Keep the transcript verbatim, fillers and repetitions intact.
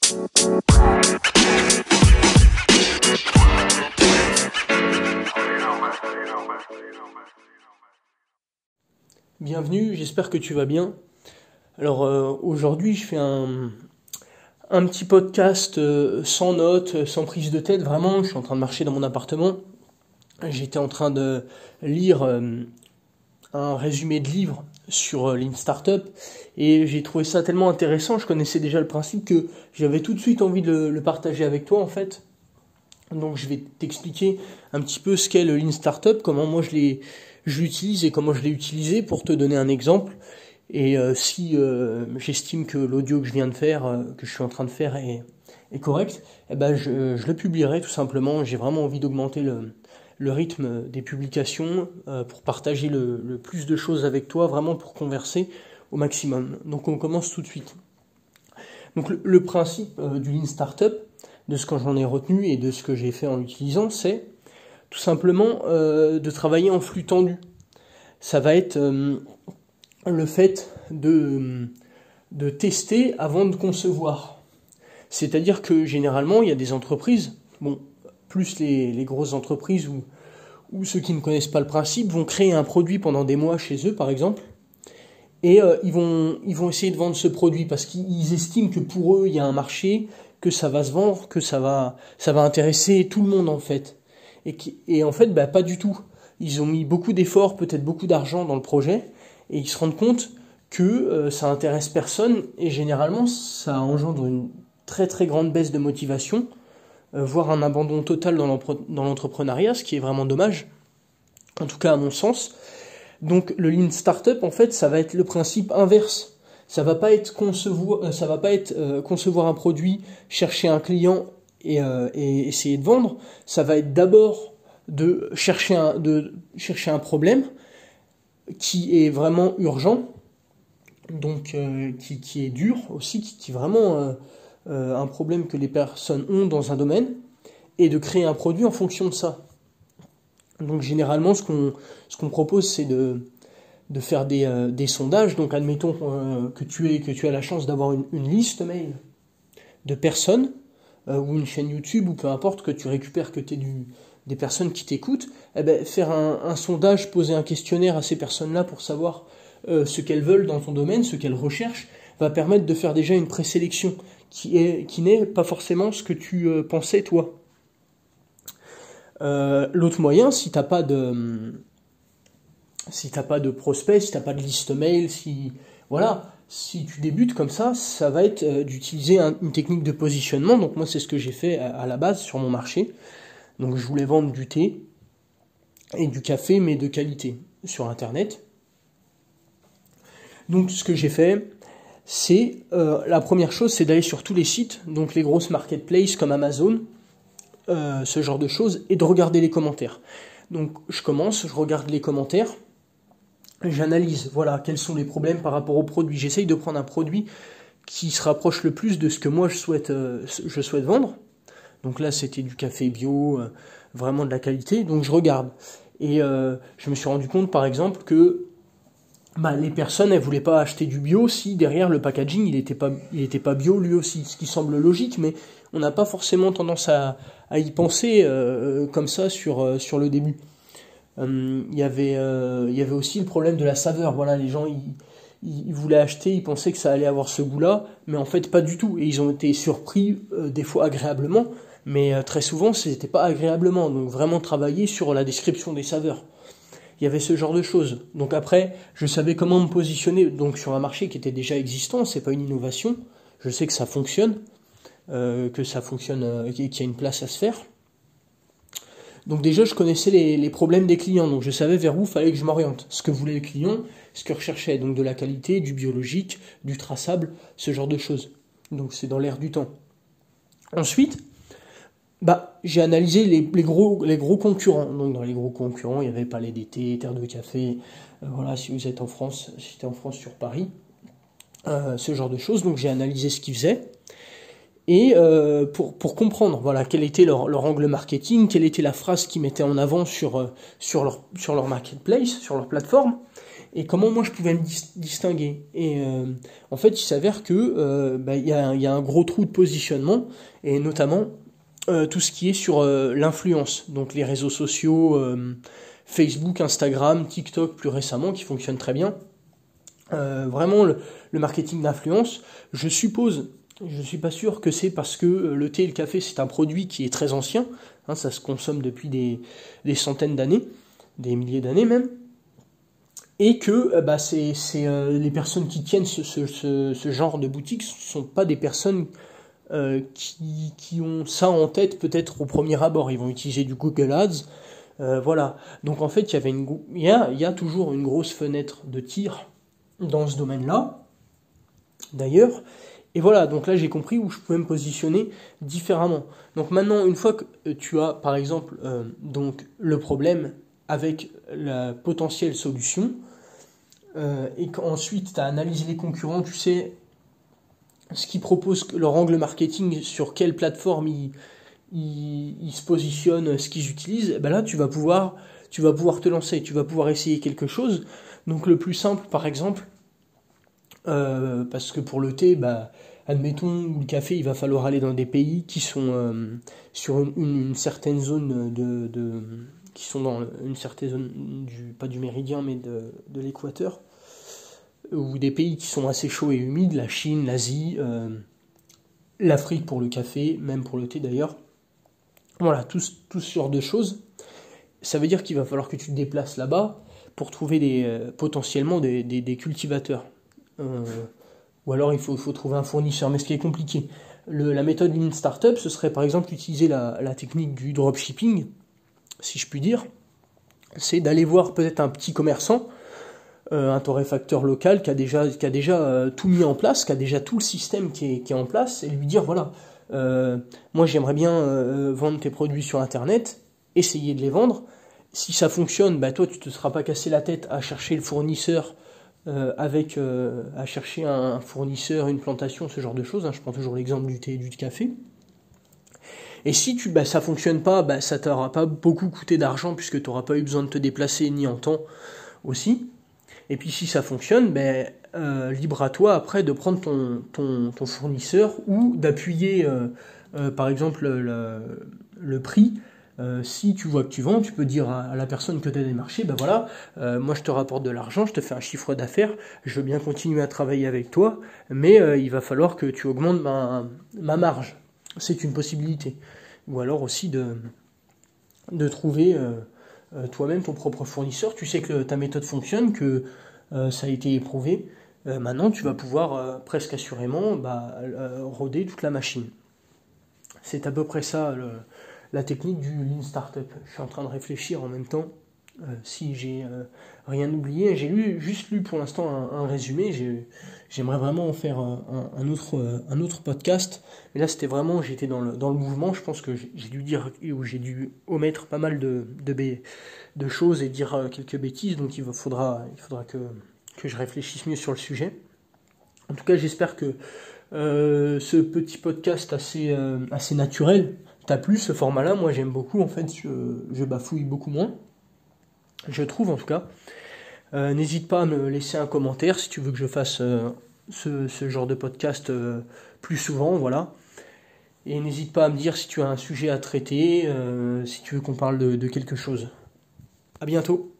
Bienvenue, j'espère que tu vas bien. Alors euh, aujourd'hui je fais un, un petit podcast euh, sans notes, sans prise de tête, vraiment, je suis en train de marcher dans mon appartement. J'étais en train de lire euh, un résumé de livre sur euh, Lean Startup et j'ai trouvé ça tellement intéressant, je connaissais déjà le principe que j'avais tout de suite envie de le, le partager avec toi en fait. Donc je vais t'expliquer un petit peu ce qu'est le Lean Startup, comment moi je l'ai je l'utilise et comment je l'ai utilisé pour te donner un exemple. Et euh, si euh, j'estime que l'audio que je viens de faire, euh, que je suis en train de faire est, est correct, eh ben je, je le publierai tout simplement. J'ai vraiment envie d'augmenter le, le rythme des publications euh, pour partager le, le plus de choses avec toi, vraiment pour converser au maximum. Donc on commence tout de suite. Donc le, le principe euh, du Lean Startup, de ce que j'en ai retenu et de ce que j'ai fait en l'utilisant, c'est tout simplement euh, de travailler en flux tendu. Ça va être euh, le fait de, de tester avant de concevoir. C'est-à-dire que généralement, il y a des entreprises, bon, plus les, les grosses entreprises ou, ou ceux qui ne connaissent pas le principe, vont créer un produit pendant des mois chez eux, par exemple, et euh, ils, vont, ils vont essayer de vendre ce produit parce qu'ils estiment que pour eux, il y a un marché, que ça va se vendre, que ça va, ça va intéresser tout le monde en fait. Et, qui, et en fait, bah, pas du tout. Ils ont mis beaucoup d'efforts, peut-être beaucoup d'argent dans le projet, et ils se rendent compte que euh, ça intéresse personne, et généralement, ça engendre une très très grande baisse de motivation, euh, voire un abandon total dans l'entrepreneuriat, ce qui est vraiment dommage, en tout cas à mon sens. Donc le Lean Startup, en fait, ça va être le principe inverse. Ça va pas être concevoir, ça va pas être euh, concevoir un produit, chercher un client et, euh, et essayer de vendre. Ça va être d'abord de chercher un, de chercher un problème qui est vraiment urgent, donc euh, qui, qui est dur aussi, qui, qui est vraiment euh, euh, un problème que les personnes ont dans un domaine, et de créer un produit en fonction de ça. Donc généralement, ce qu'on ce qu'on propose, c'est de de faire des, euh, des sondages. Donc admettons euh, que tu aies, que tu as la chance d'avoir une, une liste mail de personnes, euh, ou une chaîne YouTube, ou peu importe, que tu récupères, que tu aies du, des personnes qui t'écoutent, eh ben, faire un, un sondage, poser un questionnaire à ces personnes-là pour savoir euh, ce qu'elles veulent dans ton domaine, ce qu'elles recherchent, va permettre de faire déjà une présélection qui est, qui n'est pas forcément ce que tu euh, pensais toi. Euh, l'autre moyen, si t'as pas de... Si t'as pas de prospect, si t'as pas de liste mail, si voilà, si tu débutes comme ça, ça va être euh, d'utiliser un, une technique de positionnement. Donc moi c'est ce que j'ai fait à, à la base sur mon marché. Donc je voulais vendre du thé et du café, mais de qualité sur internet. Donc ce que j'ai fait, c'est euh, la première chose, c'est d'aller sur tous les sites, donc les grosses marketplaces comme Amazon, euh, ce genre de choses, et de regarder les commentaires. Donc je commence, je regarde les commentaires. J'analyse, voilà, quels sont les problèmes par rapport au produit. J'essaye de prendre un produit qui se rapproche le plus de ce que moi je souhaite, euh, je souhaite vendre. Donc là, c'était du café bio, euh, vraiment de la qualité. Donc je regarde. Et euh, je me suis rendu compte, par exemple, que bah, les personnes, elles voulaient pas acheter du bio si derrière le packaging, il était pas, il était pas bio lui aussi. Ce qui semble logique, mais on n'a pas forcément tendance à, à y penser euh, comme ça sur, euh, sur le début. Euh, il y avait, euh, il y avait aussi le problème de la saveur. Voilà, les gens, ils, ils voulaient acheter, ils pensaient que ça allait avoir ce goût-là, mais en fait pas du tout. Et ils ont été surpris, euh, des fois agréablement, mais euh, très souvent c'était pas agréablement. Donc vraiment travailler sur la description des saveurs. Il y avait ce genre de choses. Donc après, je savais comment me positionner donc sur un marché qui était déjà existant. C'est pas une innovation. Je sais que ça fonctionne, euh, que ça fonctionne, euh, qu'il y a une place à se faire. Donc déjà, je connaissais les, les problèmes des clients, donc je savais vers où il fallait que je m'oriente. Ce que voulait le client, ce qu'il recherchait, donc de la qualité, du biologique, du traçable, ce genre de choses. Donc c'est dans l'air du temps. Ensuite, bah, j'ai analysé les, les, gros, les gros concurrents. Donc dans les gros concurrents, il y avait Palais d'été, Terre de Café, euh, voilà, si vous êtes en France, si tu es en France sur Paris, euh, ce genre de choses. Donc j'ai analysé ce qu'ils faisaient. Et euh, pour, pour comprendre voilà, quel était leur, leur angle marketing, quelle était la phrase qu'ils mettaient en avant sur, sur, leur, sur leur marketplace, sur leur plateforme. et comment moi je pouvais me dis- distinguer. Et euh, en fait, il s'avère que euh, bah, il y a, il y a un gros trou de positionnement, et notamment euh, tout ce qui est sur euh, l'influence, donc les réseaux sociaux, euh, Facebook, Instagram, TikTok plus récemment, qui fonctionnent très bien. Euh, vraiment le, le marketing d'influence, je suppose, je suis pas sûr que c'est parce que le thé et le café c'est un produit qui est très ancien, hein, ça se consomme depuis des, des centaines d'années, des milliers d'années même, et que euh, bah, c'est, c'est, euh, les personnes qui tiennent ce, ce, ce, ce genre de boutique ne sont pas des personnes euh, qui, qui ont ça en tête peut-être au premier abord. Ils vont utiliser du Google Ads, euh, voilà. Donc en fait, il y avait une, il y a, il y a toujours une grosse fenêtre de tir dans ce domaine-là, d'ailleurs. Et voilà, donc là j'ai compris où je pouvais me positionner différemment. Donc maintenant, une fois que tu as, par exemple, euh, donc le problème avec la potentielle solution, euh, et qu'ensuite tu as analysé les concurrents, tu sais ce qu'ils proposent, leur angle marketing, sur quelle plateforme ils, ils, ils se positionnent, ce qu'ils utilisent, ben là tu vas pouvoir, tu vas pouvoir te lancer, tu vas pouvoir essayer quelque chose. Donc le plus simple, par exemple, euh, parce que pour le thé, bah, admettons, ou le café, il va falloir aller dans des pays qui sont euh, sur une, une, une certaine zone de, de, qui sont dans une certaine zone du, pas du méridien, mais de, de l'équateur, ou des pays qui sont assez chauds et humides, la Chine, l'Asie, euh, l'Afrique pour le café, même pour le thé d'ailleurs. Voilà, tout, tout ce genre de choses. Ça veut dire qu'il va falloir que tu te déplaces là-bas pour trouver des, euh, potentiellement des, des, des cultivateurs. Euh, ou alors il faut, faut trouver un fournisseur, mais ce qui est compliqué. Le, la méthode Lean Startup, ce serait par exemple utiliser la, la technique du dropshipping, si je puis dire. C'est d'aller voir peut-être un petit commerçant, euh, un torréfacteur local qui a déjà, qui a déjà euh, tout mis en place, qui a déjà tout le système qui est, qui est en place, et lui dire voilà, euh, moi j'aimerais bien euh, vendre tes produits sur Internet, essayer de les vendre. Si ça fonctionne, bah toi tu te seras pas cassé la tête à chercher le fournisseur, euh, avec euh, à chercher un fournisseur, une plantation, ce genre de choses. Hein. Je prends toujours l'exemple du thé et du café. Et si tu, bah, ça fonctionne pas, bah, ça t'aura pas beaucoup coûté d'argent puisque tu n'auras pas eu besoin de te déplacer ni en temps aussi. Et puis si ça fonctionne, bah, euh, libre à toi après de prendre ton, ton, ton fournisseur ou d'appuyer euh, euh, par exemple le, le prix. Euh, si tu vois que tu vends, tu peux dire à, à la personne que tu as démarché, ben voilà, euh, moi je te rapporte de l'argent, je te fais un chiffre d'affaires, je veux bien continuer à travailler avec toi, mais euh, il va falloir que tu augmentes ma, ma marge. C'est une possibilité. Ou alors aussi de, de trouver euh, euh, toi-même ton propre fournisseur. Tu sais que ta méthode fonctionne, que euh, ça a été éprouvé. Euh, maintenant, tu vas pouvoir euh, presque assurément bah, euh, roder toute la machine. C'est à peu près ça le, la technique du Lean Startup. Je suis en train de réfléchir en même temps euh, si j'ai euh, rien oublié. J'ai lu, juste lu pour l'instant un, un résumé. J'ai, j'aimerais vraiment en faire un, un, autre, un autre podcast. Mais là, c'était vraiment, j'étais dans le, dans le mouvement. Je pense que j'ai, j'ai dû dire, ou j'ai dû omettre pas mal de, de, de choses et dire quelques bêtises. Donc il faudra, il faudra que, que je réfléchisse mieux sur le sujet. En tout cas, j'espère que euh, ce petit podcast assez, euh, assez naturel t'a plu, ce format-là. Moi, j'aime beaucoup. En fait, je, je bafouille beaucoup moins. Je trouve, en tout cas. Euh, n'hésite pas à me laisser un commentaire si tu veux que je fasse euh, ce, ce genre de podcast euh, plus souvent. Voilà. Et n'hésite pas à me dire si tu as un sujet à traiter, euh, si tu veux qu'on parle de, de quelque chose. À bientôt.